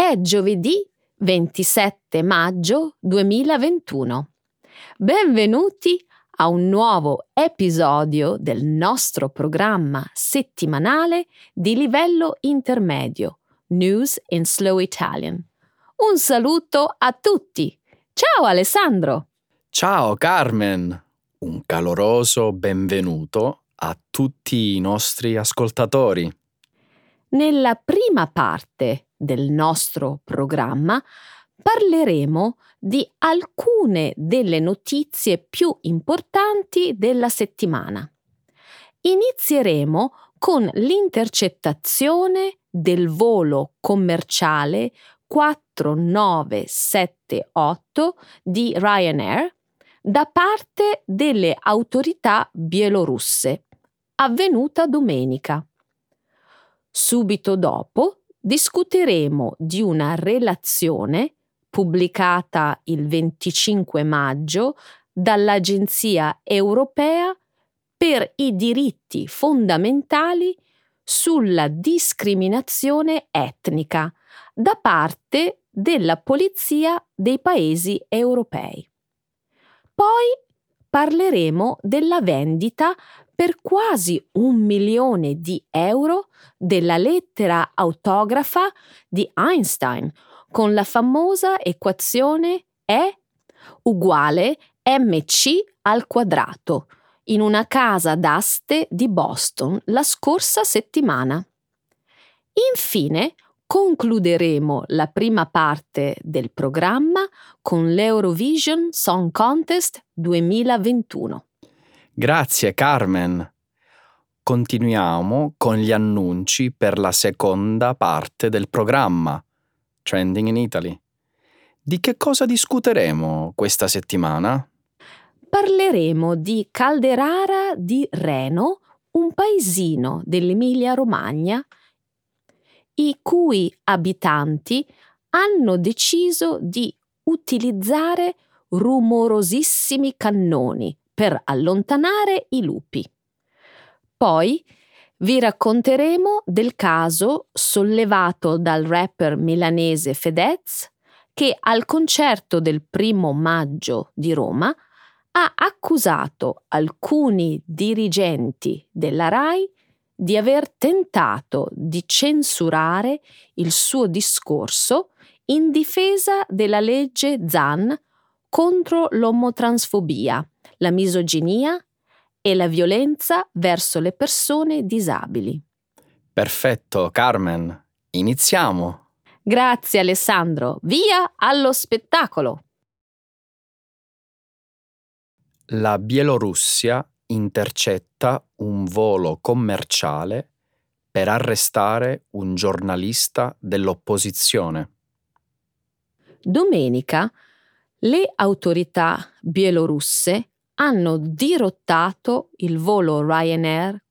È giovedì 27 maggio 2021. Benvenuti a un nuovo episodio del nostro programma settimanale di livello intermedio, News in Slow Italian. Un saluto a tutti! Ciao Alessandro! Ciao Carmen! Un caloroso benvenuto a tutti i nostri ascoltatori. Nella prima parte del nostro programma parleremo di alcune delle notizie più importanti della settimana. Inizieremo con l'intercettazione del volo commerciale 4978 di Ryanair da parte delle autorità bielorusse, avvenuta domenica. Subito dopo discuteremo di una relazione pubblicata il 25 maggio dall'Agenzia Europea per i diritti fondamentali sulla discriminazione etnica da parte della Polizia dei Paesi europei. Poi parleremo della vendita per quasi 1 milione di euro della lettera autografa di Einstein con la famosa equazione E uguale mc al quadrato in una casa d'aste di Boston la scorsa settimana. Infine concluderemo la prima parte del programma con l'Eurovision Song Contest 2021. Grazie Carmen! Continuiamo con gli annunci per la seconda parte del programma, Trending in Italy. Di che cosa discuteremo questa settimana? Parleremo di Calderara di Reno, un paesino dell'Emilia-Romagna, i cui abitanti hanno deciso di utilizzare rumorosissimi cannoni per allontanare i lupi. Poi vi racconteremo del caso sollevato dal rapper milanese Fedez, che al concerto del 1° maggio di Roma ha accusato alcuni dirigenti della RAI di aver tentato di censurare il suo discorso in difesa della legge Zan contro l'omotransfobia, la misoginia e la violenza verso le persone disabili. Perfetto, Carmen. Iniziamo! Grazie Alessandro. Via allo spettacolo! La Bielorussia intercetta un volo commerciale per arrestare un giornalista dell'opposizione. Domenica le autorità bielorusse hanno dirottato il volo Ryanair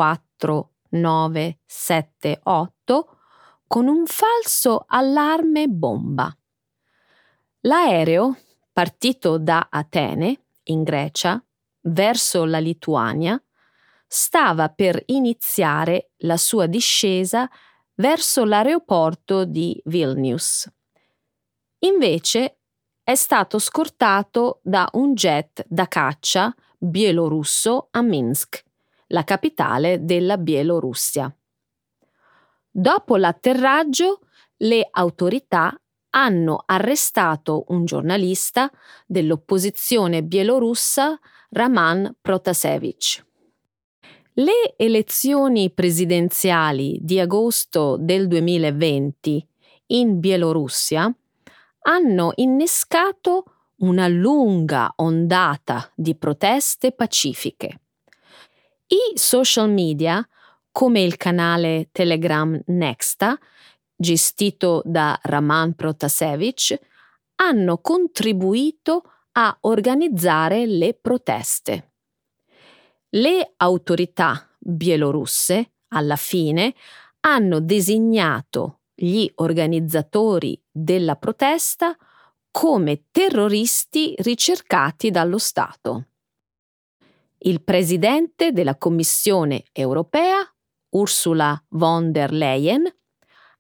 4978 con un falso allarme bomba. L'aereo, partito da Atene, in Grecia, verso la Lituania, stava per iniziare la sua discesa verso l'aeroporto di Vilnius. Invece è stato scortato da un jet da caccia bielorusso a Minsk, la capitale della Bielorussia. Dopo l'atterraggio, le autorità hanno arrestato un giornalista dell'opposizione bielorussa, Roman Protasevich. Le elezioni presidenziali di agosto del 2020 in Bielorussia hanno innescato una lunga ondata di proteste pacifiche. I social media, come il canale Telegram Nexta, gestito da Roman Protasevich, hanno contribuito a organizzare le proteste. Le autorità bielorusse, alla fine, hanno designato gli organizzatori della protesta come terroristi ricercati dallo Stato. Il presidente della Commissione europea, Ursula von der Leyen,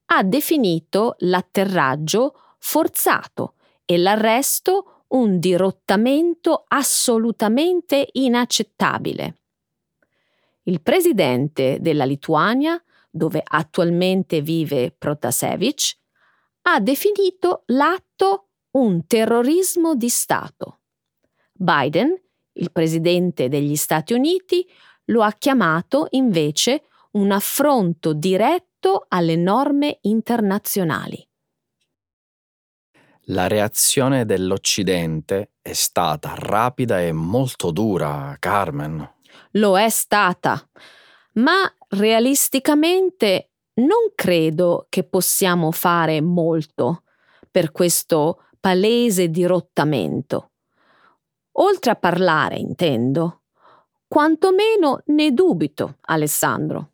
ha definito l'atterraggio forzato e l'arresto un dirottamento assolutamente inaccettabile. Il presidente della Lituania, dove attualmente vive Protasevich, ha definito l'atto un terrorismo di Stato. Biden, il presidente degli Stati Uniti, lo ha chiamato invece un affronto diretto alle norme internazionali. La reazione dell'Occidente è stata rapida e molto dura, Carmen. Lo è stata, ma realisticamente non credo che possiamo fare molto per questo palese dirottamento. Oltre a parlare, intendo, quantomeno ne dubito, Alessandro.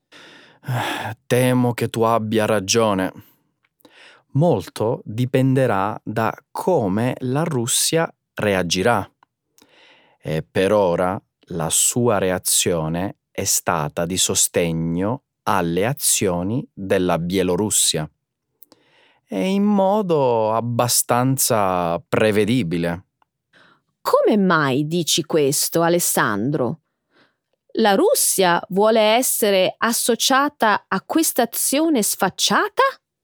Temo che tu abbia ragione. Molto dipenderà da come la Russia reagirà. E per ora la sua reazione è stata di sostegno alle azioni della Bielorussia. E in modo abbastanza prevedibile. Come mai dici questo, Alessandro? La Russia vuole essere associata a questa azione sfacciata?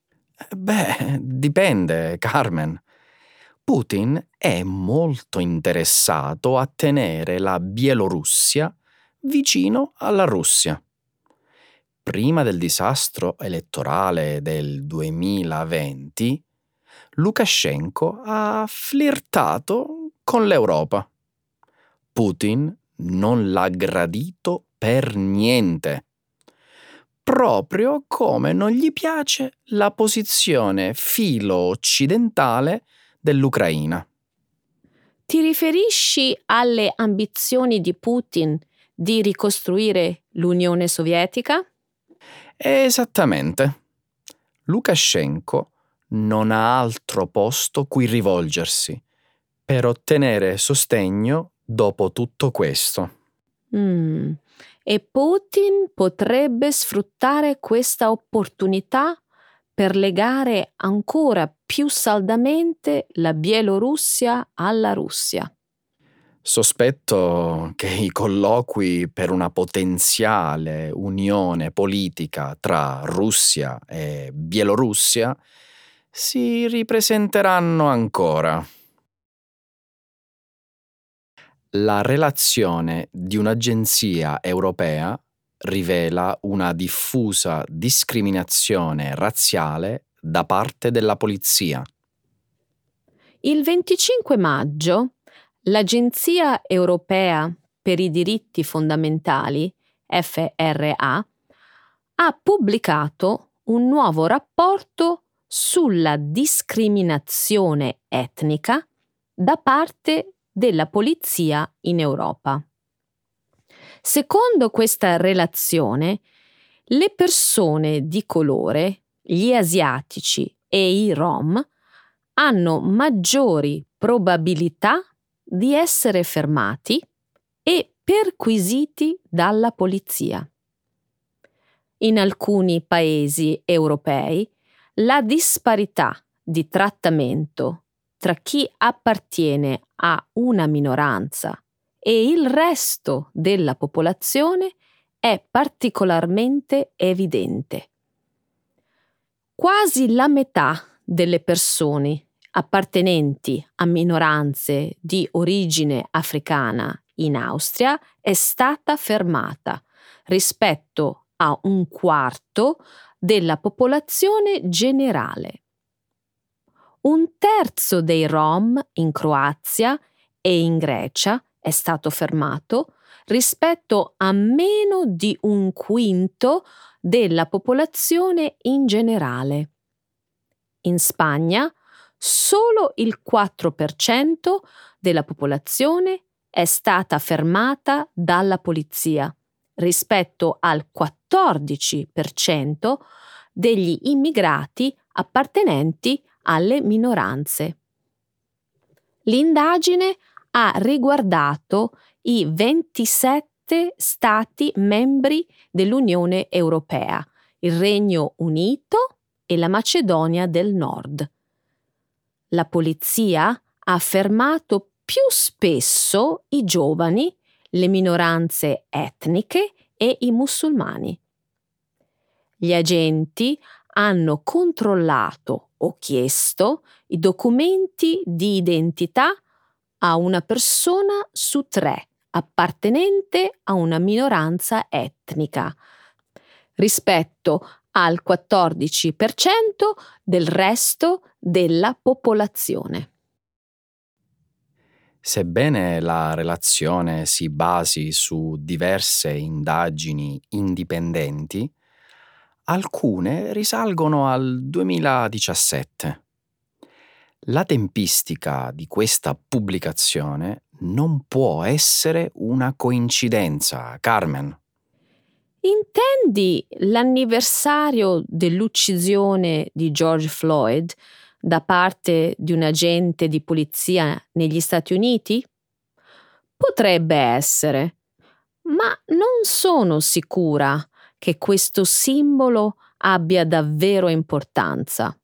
Dipende, Carmen. Putin è molto interessato a tenere la Bielorussia vicino alla Russia. Prima del disastro elettorale del 2020, Lukashenko ha flirtato con l'Europa. Putin non l'ha gradito per niente. Proprio come non gli piace la posizione filo-occidentale dell'Ucraina. Ti riferisci alle ambizioni di Putin di ricostruire l'Unione Sovietica? Esattamente. Lukashenko non ha altro posto cui rivolgersi per ottenere sostegno dopo tutto questo. E Putin potrebbe sfruttare questa opportunità per legare ancora più saldamente la Bielorussia alla Russia. Sospetto che i colloqui per una potenziale unione politica tra Russia e Bielorussia si ripresenteranno ancora. La relazione di un'agenzia europea rivela una diffusa discriminazione razziale da parte della polizia. Il 25 maggio l'Agenzia Europea per i diritti fondamentali, FRA, ha pubblicato un nuovo rapporto sulla discriminazione etnica da parte della polizia in Europa. Secondo questa relazione, le persone di colore, gli asiatici e i rom hanno maggiori probabilità di essere fermati e perquisiti dalla polizia. In alcuni paesi europei la disparità di trattamento tra chi appartiene a una minoranza e il resto della popolazione è particolarmente evidente. Quasi la metà delle persone appartenenti a minoranze di origine africana in Austria è stata fermata rispetto a un quarto della popolazione generale. Un terzo dei Rom in Croazia e in Grecia è stato fermato rispetto a meno di un quinto della popolazione in generale. In Spagna solo il 4% della popolazione è stata fermata dalla polizia rispetto al 14% degli immigrati appartenenti alle minoranze. L'indagine ha riguardato i 27 Stati membri dell'Unione Europea, il Regno Unito e la Macedonia del Nord. La polizia ha fermato più spesso i giovani, le minoranze etniche e i musulmani. Gli agenti hanno controllato o chiesto i documenti di identità a una persona su 3 appartenente a una minoranza etnica, rispetto al 14% del resto della popolazione. Sebbene la relazione si basi su diverse indagini indipendenti, alcune risalgono al 2017. La tempistica di questa pubblicazione non può essere una coincidenza, Carmen. Intendi l'anniversario dell'uccisione di George Floyd da parte di un agente di polizia negli Stati Uniti? Potrebbe essere, ma non sono sicura che questo simbolo abbia davvero importanza.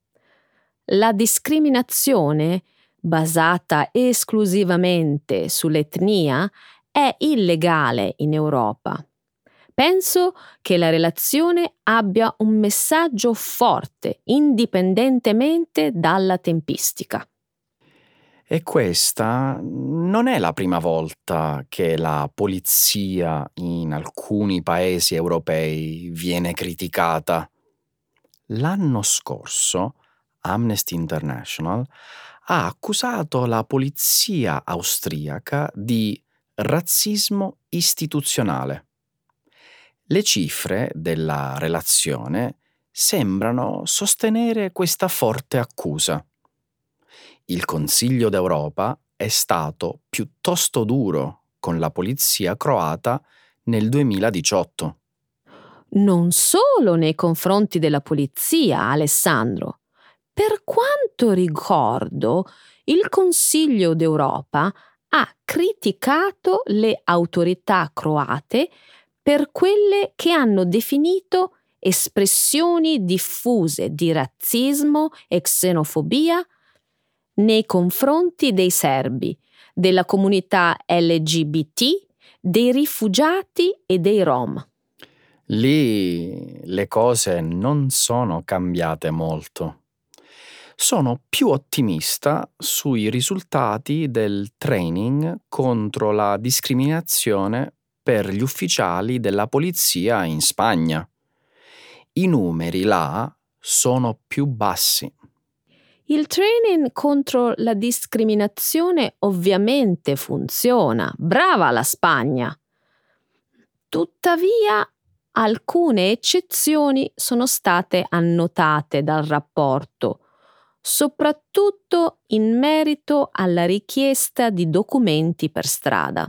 La discriminazione, basata esclusivamente sull'etnia, è illegale in Europa. Penso che la relazione abbia un messaggio forte, indipendentemente dalla tempistica. E questa non è la prima volta che la polizia in alcuni paesi europei viene criticata. L'anno scorso Amnesty International ha accusato la polizia austriaca di razzismo istituzionale. Le cifre della relazione sembrano sostenere questa forte accusa. Il Consiglio d'Europa è stato piuttosto duro con la polizia croata nel 2018. Non solo nei confronti della polizia, Alessandro. Per quanto ricordo, il Consiglio d'Europa ha criticato le autorità croate per quelle che hanno definito espressioni diffuse di razzismo e xenofobia nei confronti dei serbi, della comunità LGBT, dei rifugiati e dei Rom. Lì le cose non sono cambiate molto. Sono più ottimista sui risultati del training contro la discriminazione per gli ufficiali della polizia in Spagna. I numeri là sono più bassi. Il training contro la discriminazione ovviamente funziona. Brava la Spagna! Tuttavia, alcune eccezioni sono state annotate dal rapporto, soprattutto in merito alla richiesta di documenti per strada.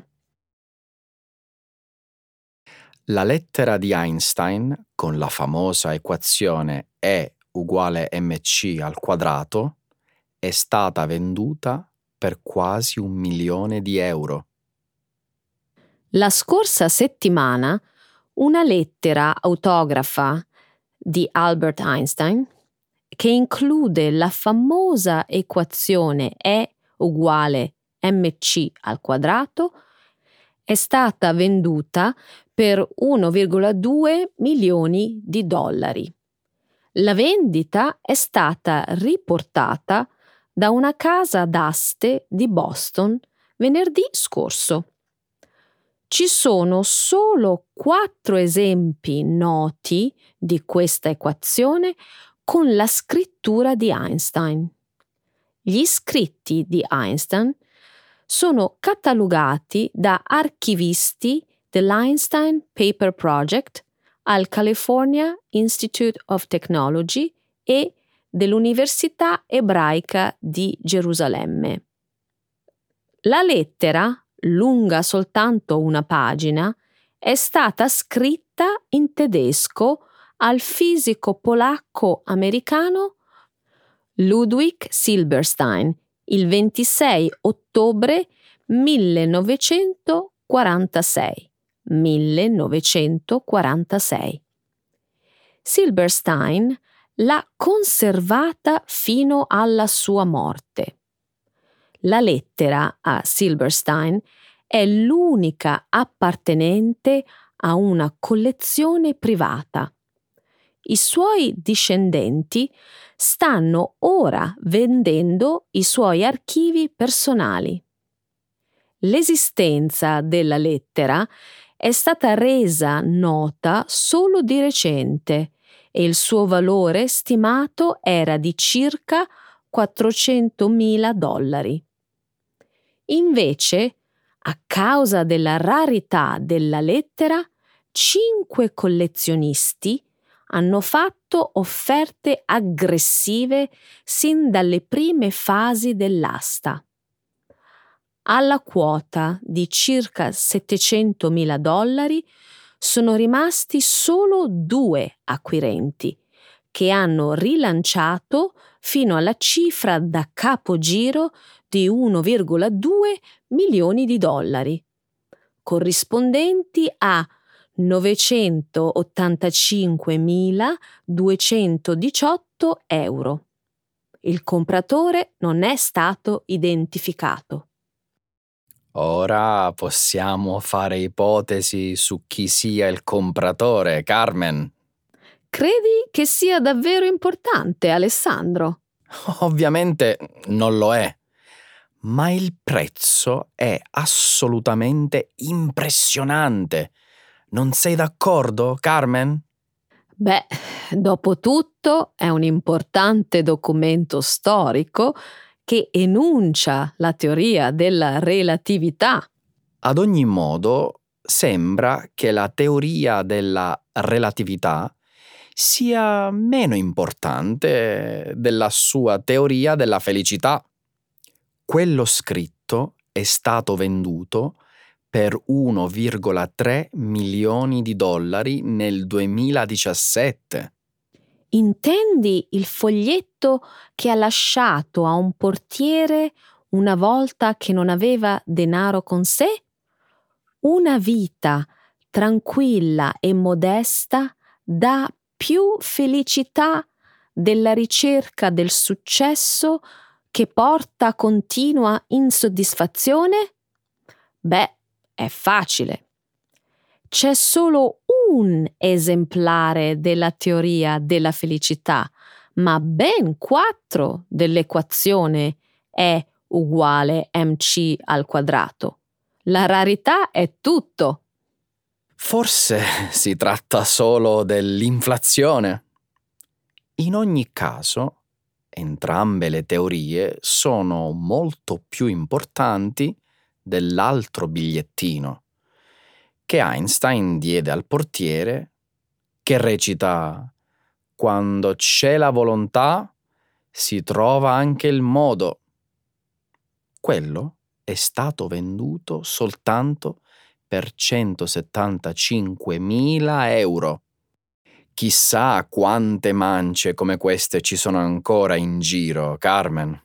La lettera di Einstein, con la famosa equazione E uguale mc al quadrato, è stata venduta per quasi 1 milione di euro. La scorsa settimana una lettera autografa di Albert Einstein, che include la famosa equazione E uguale mc al quadrato, è stata venduta per 1,2 milioni di dollari. La vendita è stata riportata da una casa d'aste di Boston venerdì scorso. Ci sono solo 4 esempi noti di questa equazione con la scrittura di Einstein. Gli scritti di Einstein sono catalogati da archivisti dell'Einstein Paper Project al California Institute of Technology e dell'Università Ebraica di Gerusalemme. La lettera, lunga soltanto una pagina, è stata scritta in tedesco al fisico polacco-americano Ludwig Silberstein il 26 ottobre 1946. Silberstein l'ha conservata fino alla sua morte. La lettera a Silberstein è l'unica appartenente a una collezione privata. I suoi discendenti stanno ora vendendo i suoi archivi personali. L'esistenza della lettera è stata resa nota solo di recente e il suo valore stimato era di circa $400.000. Invece, a causa della rarità della lettera, 5 collezionisti hanno fatto offerte aggressive sin dalle prime fasi dell'asta. Alla quota di circa $700.000 sono rimasti solo 2 acquirenti, che hanno rilanciato fino alla cifra da capogiro di $1,2 milioni, corrispondenti a €985.218. Il compratore non è stato identificato. Ora possiamo fare ipotesi su chi sia il compratore, Carmen. Credi che sia davvero importante, Alessandro? Ovviamente non lo è, ma il prezzo è assolutamente impressionante. Non sei d'accordo, Carmen? Beh, dopo tutto è un importante documento storico che enuncia la teoria della relatività. Ad ogni modo, sembra che la teoria della relatività sia meno importante della sua teoria della felicità. Quello scritto è stato venduto per $1,3 milioni nel 2017. Intendi il foglietto che ha lasciato a un portiere una volta che non aveva denaro con sé? Una vita tranquilla e modesta dà più felicità della ricerca del successo che porta continua insoddisfazione? Beh, è facile. C'è solo un esemplare della teoria della felicità, ma ben 4 dell'equazione E uguale mc al quadrato. La rarità è tutto. Forse si tratta solo dell'inflazione. In ogni caso, entrambe le teorie sono molto più importanti dell'altro bigliettino che Einstein diede al portiere, che recita: «Quando c'è la volontà, si trova anche il modo». Quello è stato venduto soltanto per €175.000. Chissà quante mance come queste ci sono ancora in giro, Carmen.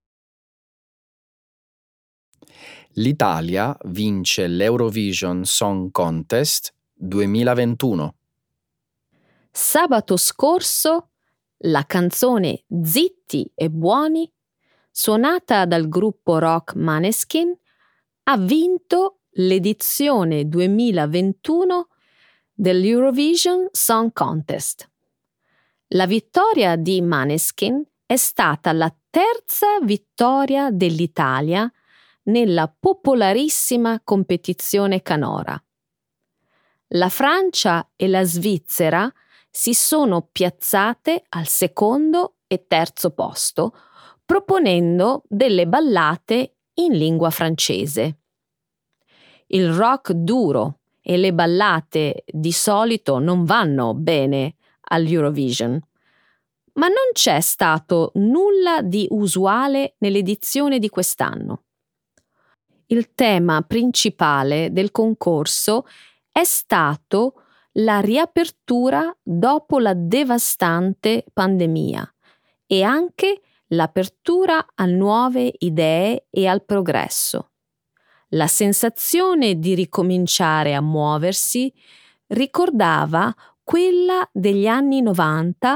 L'Italia vince l'Eurovision Song Contest 2021. Sabato scorso la canzone Zitti e Buoni, suonata dal gruppo rock Måneskin, ha vinto l'edizione 2021 dell'Eurovision Song Contest. La vittoria di Måneskin è stata la terza vittoria dell'Italia nella popolarissima competizione canora. La Francia e la Svizzera si sono piazzate al secondo e terzo posto, proponendo delle ballate in lingua francese. Il rock duro e le ballate di solito non vanno bene all'Eurovision, ma non c'è stato nulla di usuale nell'edizione di quest'anno. Il tema principale del concorso è stato la riapertura dopo la devastante pandemia e anche l'apertura a nuove idee e al progresso. La sensazione di ricominciare a muoversi ricordava quella degli anni 90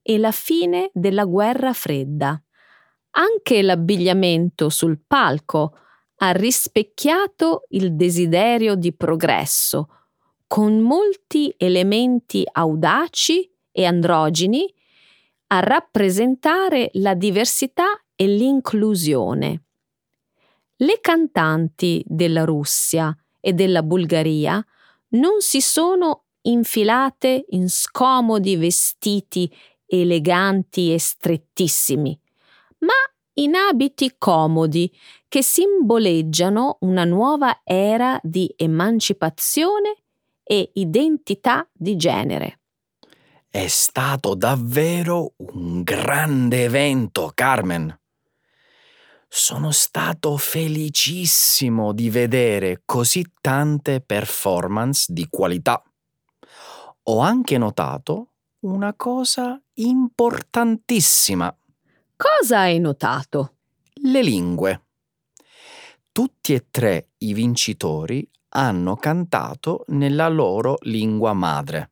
e la fine della guerra fredda. Anche l'abbigliamento sul palco ha rispecchiato il desiderio di progresso, con molti elementi audaci e androgini a rappresentare la diversità e l'inclusione. Le cantanti della Russia e della Bulgaria non si sono infilate in scomodi vestiti eleganti e strettissimi, ma in abiti comodi che simboleggiano una nuova era di emancipazione e identità di genere. È stato davvero un grande evento, Carmen. Sono stato felicissimo di vedere così tante performance di qualità. Ho anche notato una cosa importantissima: Cosa hai notato? le lingue. Tutti e tre i vincitori hanno cantato nella loro lingua madre.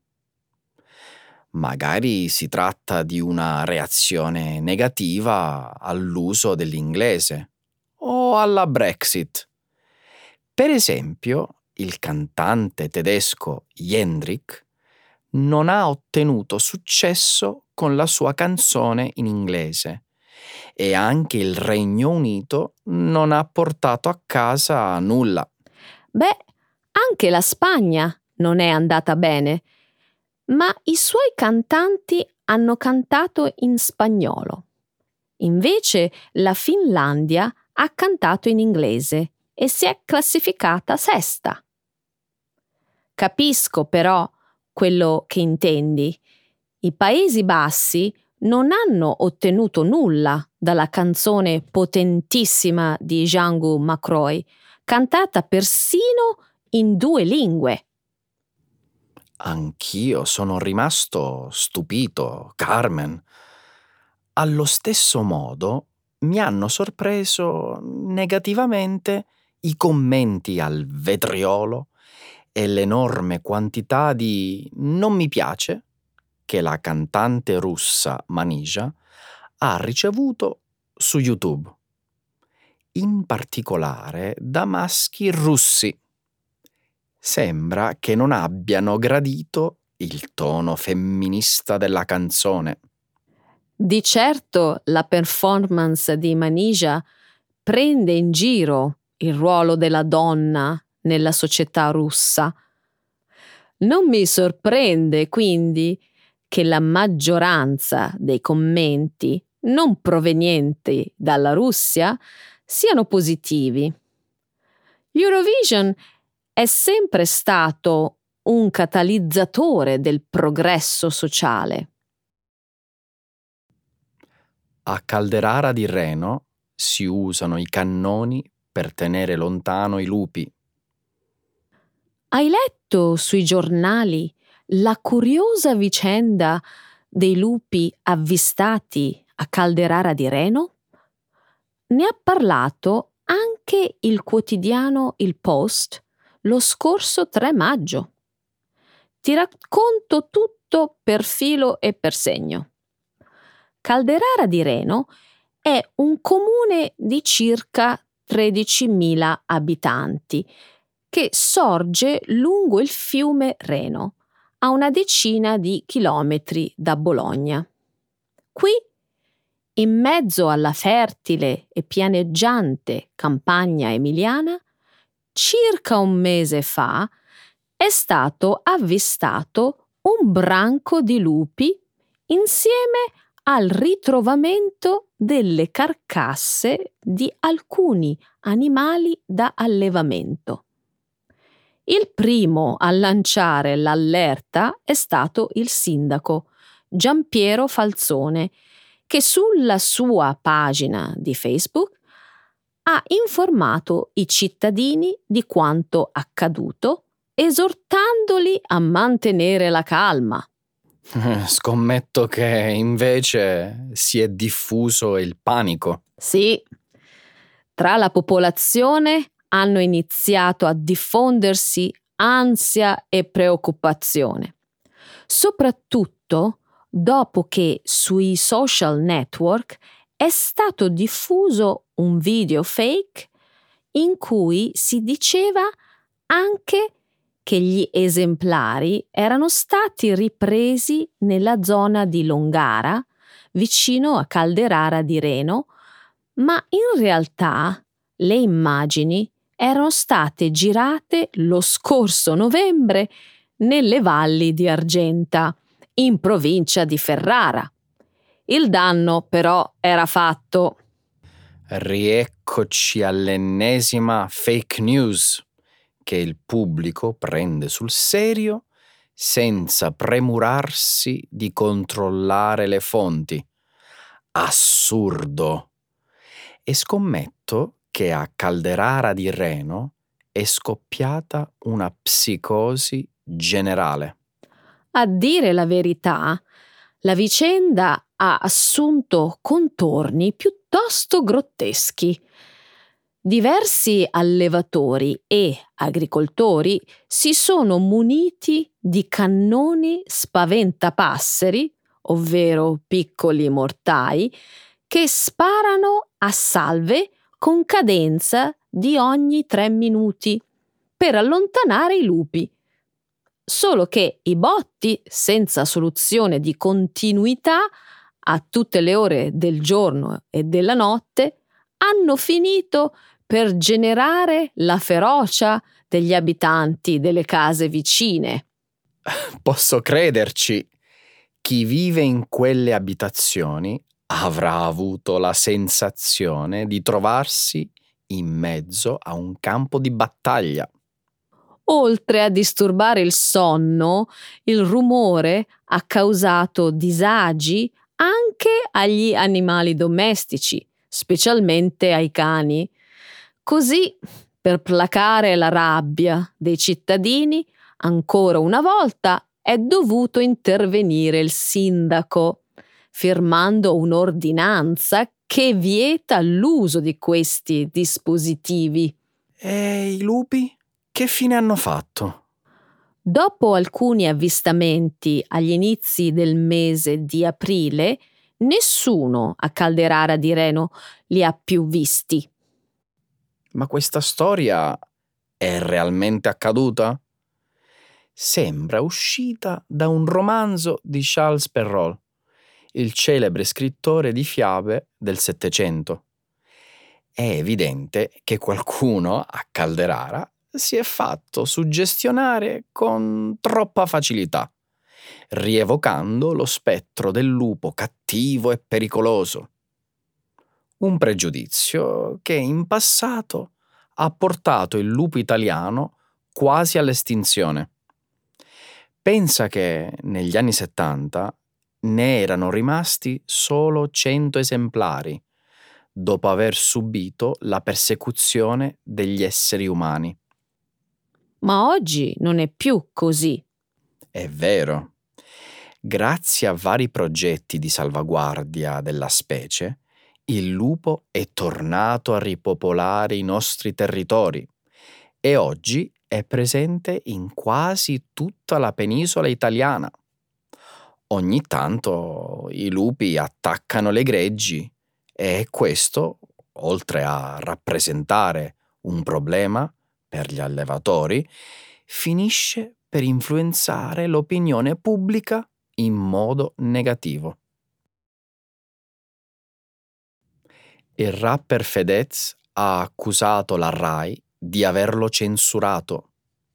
Magari si tratta di una reazione negativa all'uso dell'inglese o alla Brexit. Per esempio, il cantante tedesco Jendrik non ha ottenuto successo con la sua canzone in inglese e anche il Regno Unito non ha portato a casa nulla. Beh, anche la Spagna non è andata bene, ma i suoi cantanti hanno cantato in spagnolo. Invece la Finlandia ha cantato in inglese e si è classificata sesta. Capisco però quello che intendi. I Paesi Bassi non hanno ottenuto nulla dalla canzone potentissima di Django McCroy, cantata persino in 2 lingue. Anch'io sono rimasto stupito, Carmen. Allo stesso modo mi hanno sorpreso negativamente i commenti al vetriolo e l'enorme quantità di "non mi piace" che la cantante russa Manija ha ricevuto su YouTube, in particolare da maschi russi. Sembra che non abbiano gradito il tono femminista della canzone. Di certo la performance di Manija prende in giro il ruolo della donna nella società russa. Non mi sorprende quindi che la maggioranza dei commenti non provenienti dalla Russia siano positivi. Eurovision è sempre stato un catalizzatore del progresso sociale. A Calderara di Reno si usano i cannoni per tenere lontano i lupi. Hai letto sui giornali la curiosa vicenda dei lupi avvistati a Calderara di Reno? Ne ha parlato anche il quotidiano Il Post lo scorso 3 maggio. Ti racconto tutto per filo e per segno. Calderara di Reno è un comune di circa 13.000 abitanti che sorge lungo il fiume Reno, a una decina di chilometri da Bologna. Qui, in mezzo alla fertile e pianeggiante campagna emiliana, circa un mese fa è stato avvistato un branco di lupi insieme al ritrovamento delle carcasse di alcuni animali da allevamento. Il primo a lanciare l'allerta è stato il sindaco Giampiero Falzone, che sulla sua pagina di Facebook ha informato i cittadini di quanto accaduto, esortandoli a mantenere la calma. Scommetto che invece si è diffuso il panico. Sì, tra la popolazione hanno iniziato a diffondersi ansia e preoccupazione, soprattutto dopo che sui social network è stato diffuso un video fake in cui si diceva anche che gli esemplari erano stati ripresi nella zona di Longara, vicino a Calderara di Reno, ma in realtà le immagini erano state girate lo scorso novembre nelle valli di Argenta, in provincia di Ferrara. Il danno però era fatto. Rieccoci all'ennesima fake news che il pubblico prende sul serio senza premurarsi di controllare le fonti. Assurdo! E scommetto che a Calderara di Reno è scoppiata una psicosi generale. A dire la verità, la vicenda ha assunto contorni piuttosto grotteschi. Diversi allevatori e agricoltori si sono muniti di cannoni spaventapasseri, ovvero piccoli mortai, che sparano a salve con cadenza di ogni 3 minuti per allontanare i lupi. Solo che i botti, senza soluzione di continuità, a tutte le ore del giorno e della notte, hanno finito per generare la ferocia degli abitanti delle case vicine. Posso crederci. Chi vive in quelle abitazioni avrà avuto la sensazione di trovarsi in mezzo a un campo di battaglia. Oltre a disturbare il sonno, il rumore ha causato disagi anche agli animali domestici, specialmente ai cani. Così, per placare la rabbia dei cittadini, ancora una volta è dovuto intervenire il sindaco, firmando un'ordinanza che vieta l'uso di questi dispositivi. E i lupi? Che fine hanno fatto? Dopo alcuni avvistamenti agli inizi del mese di aprile, nessuno a Calderara di Reno li ha più visti. Ma questa storia è realmente accaduta? Sembra uscita da un romanzo di Charles Perrault, il celebre scrittore di fiabe del Settecento. È evidente che qualcuno a Calderara si è fatto suggestionare con troppa facilità, rievocando lo spettro del lupo cattivo e pericoloso. Un pregiudizio che in passato ha portato il lupo italiano quasi all'estinzione. Pensa che negli anni 70 ne erano rimasti solo 100 esemplari, dopo aver subito la persecuzione degli esseri umani. Ma oggi non è più così. È vero. Grazie a vari progetti di salvaguardia della specie, il lupo è tornato a ripopolare i nostri territori e oggi è presente in quasi tutta la penisola italiana. Ogni tanto i lupi attaccano le greggi e questo, oltre a rappresentare un problema per gli allevatori, finisce per influenzare l'opinione pubblica in modo negativo. Il rapper Fedez ha accusato la Rai di averlo censurato.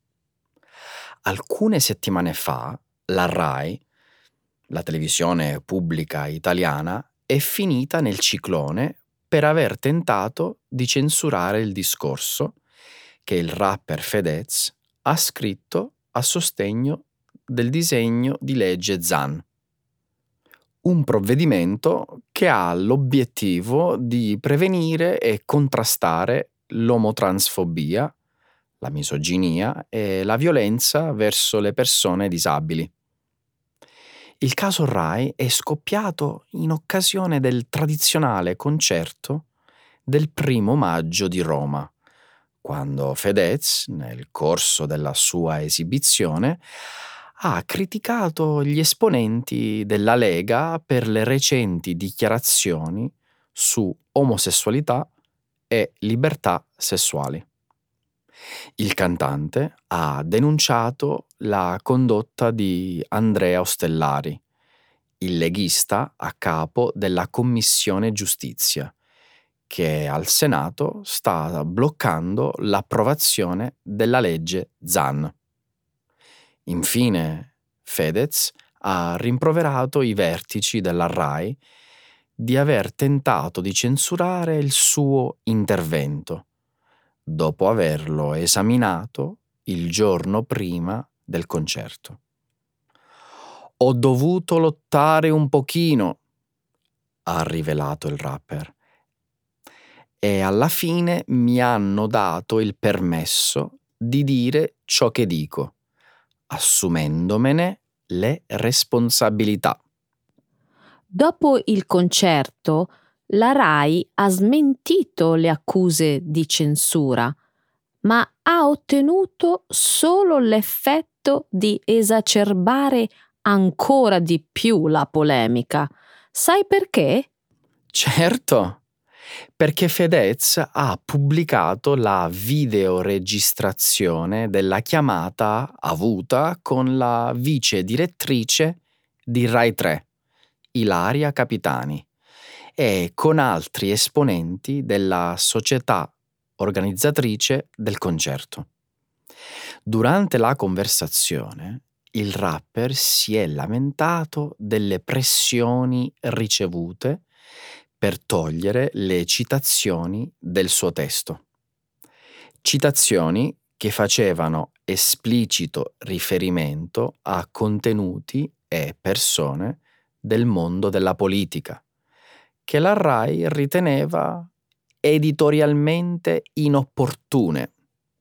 Alcune settimane fa, la Rai, la televisione pubblica italiana, è finita nel ciclone per aver tentato di censurare il discorso che il rapper Fedez ha scritto a sostegno del disegno di legge Zan. Un provvedimento che ha l'obiettivo di prevenire e contrastare l'omotransfobia, la misoginia e la violenza verso le persone disabili. Il caso Rai è scoppiato in occasione del tradizionale concerto del 1° maggio di Roma, quando Fedez, nel corso della sua esibizione, ha criticato gli esponenti della Lega per le recenti dichiarazioni su omosessualità e libertà sessuali. Il cantante ha denunciato la condotta di Andrea Ostellari, il leghista a capo della Commissione Giustizia, che al Senato sta bloccando l'approvazione della legge Zan. Infine, Fedez ha rimproverato i vertici della RAI di aver tentato di censurare il suo intervento, dopo averlo esaminato il giorno prima del concerto. Ho dovuto lottare un pochino, ha rivelato il rapper, e alla fine mi hanno dato il permesso di dire ciò che dico, assumendomene le responsabilità. Dopo il concerto, la RAI ha smentito le accuse di censura, ma ha ottenuto solo l'effetto di esacerbare ancora di più la polemica. Sai perché? Certo, perché Fedez ha pubblicato la videoregistrazione della chiamata avuta con la vice direttrice di Rai 3, Ilaria Capitani, e con altri esponenti della società organizzatrice del concerto. Durante la conversazione, il rapper si è lamentato delle pressioni ricevute per togliere le citazioni del suo testo. Citazioni che facevano esplicito riferimento a contenuti e persone del mondo della politica, che la RAI riteneva editorialmente inopportune.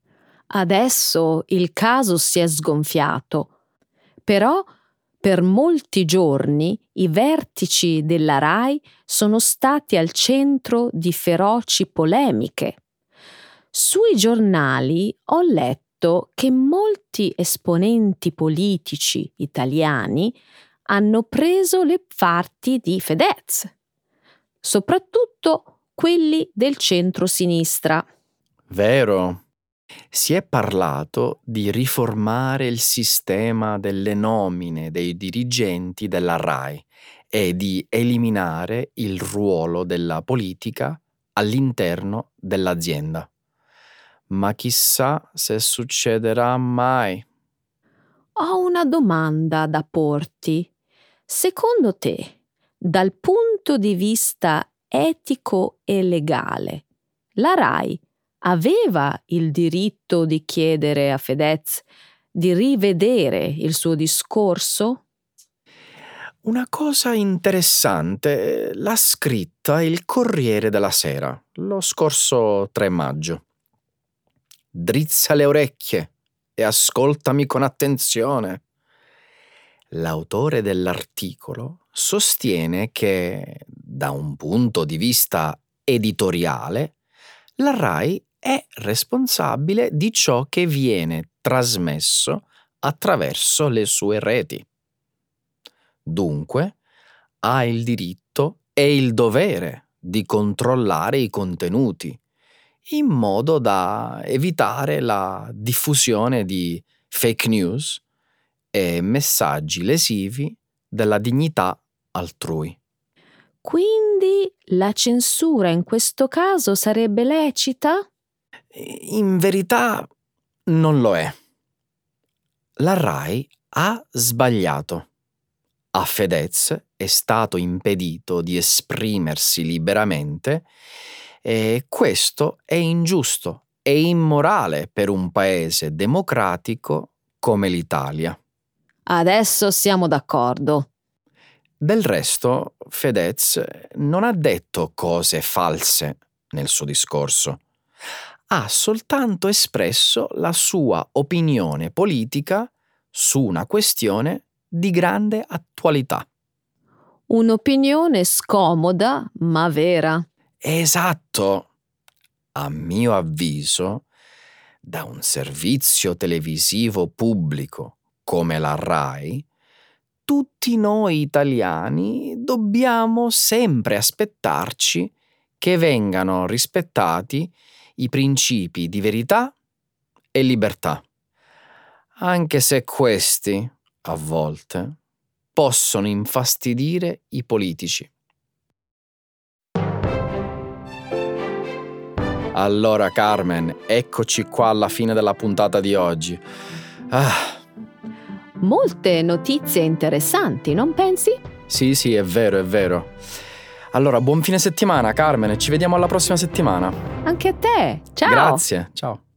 Adesso il caso si è sgonfiato, però per molti giorni i vertici della RAI sono stati al centro di feroci polemiche. Sui giornali ho letto che molti esponenti politici italiani hanno preso le parti di Fedez, soprattutto quelli del centro-sinistra. Vero? Si è parlato di riformare il sistema delle nomine dei dirigenti della RAI e di eliminare il ruolo della politica all'interno dell'azienda. Ma chissà se succederà mai. Ho una domanda da porti. Secondo te, dal punto di vista etico e legale, la RAI aveva il diritto di chiedere a Fedez di rivedere il suo discorso? Una cosa interessante l'ha scritta il Corriere della Sera lo scorso 3 maggio. Drizza le orecchie e ascoltami con attenzione. L'autore dell'articolo sostiene che, da un punto di vista editoriale, la RAI è responsabile di ciò che viene trasmesso attraverso le sue reti. Dunque, ha il diritto e il dovere di controllare i contenuti, in modo da evitare la diffusione di fake news e messaggi lesivi della dignità altrui. Quindi la censura in questo caso sarebbe lecita? In verità non lo è. La RAI ha sbagliato. A Fedez è stato impedito di esprimersi liberamente e questo è ingiusto e immorale per un paese democratico come l'Italia. Adesso siamo d'accordo. Del resto, Fedez non ha detto cose false nel suo discorso. Ha soltanto espresso la sua opinione politica su una questione di grande attualità. Un'opinione scomoda, ma vera. Esatto. A mio avviso, da un servizio televisivo pubblico come la RAI, tutti noi italiani dobbiamo sempre aspettarci che vengano rispettati i principi di verità e libertà, anche se questi, a volte, possono infastidire i politici. Allora, Carmen, eccoci qua alla fine della puntata di oggi. Molte notizie interessanti, non pensi? Sì, è vero, è vero. Allora, buon fine settimana, Carmen, e ci vediamo alla prossima settimana. Anche a te. Ciao. Grazie, ciao.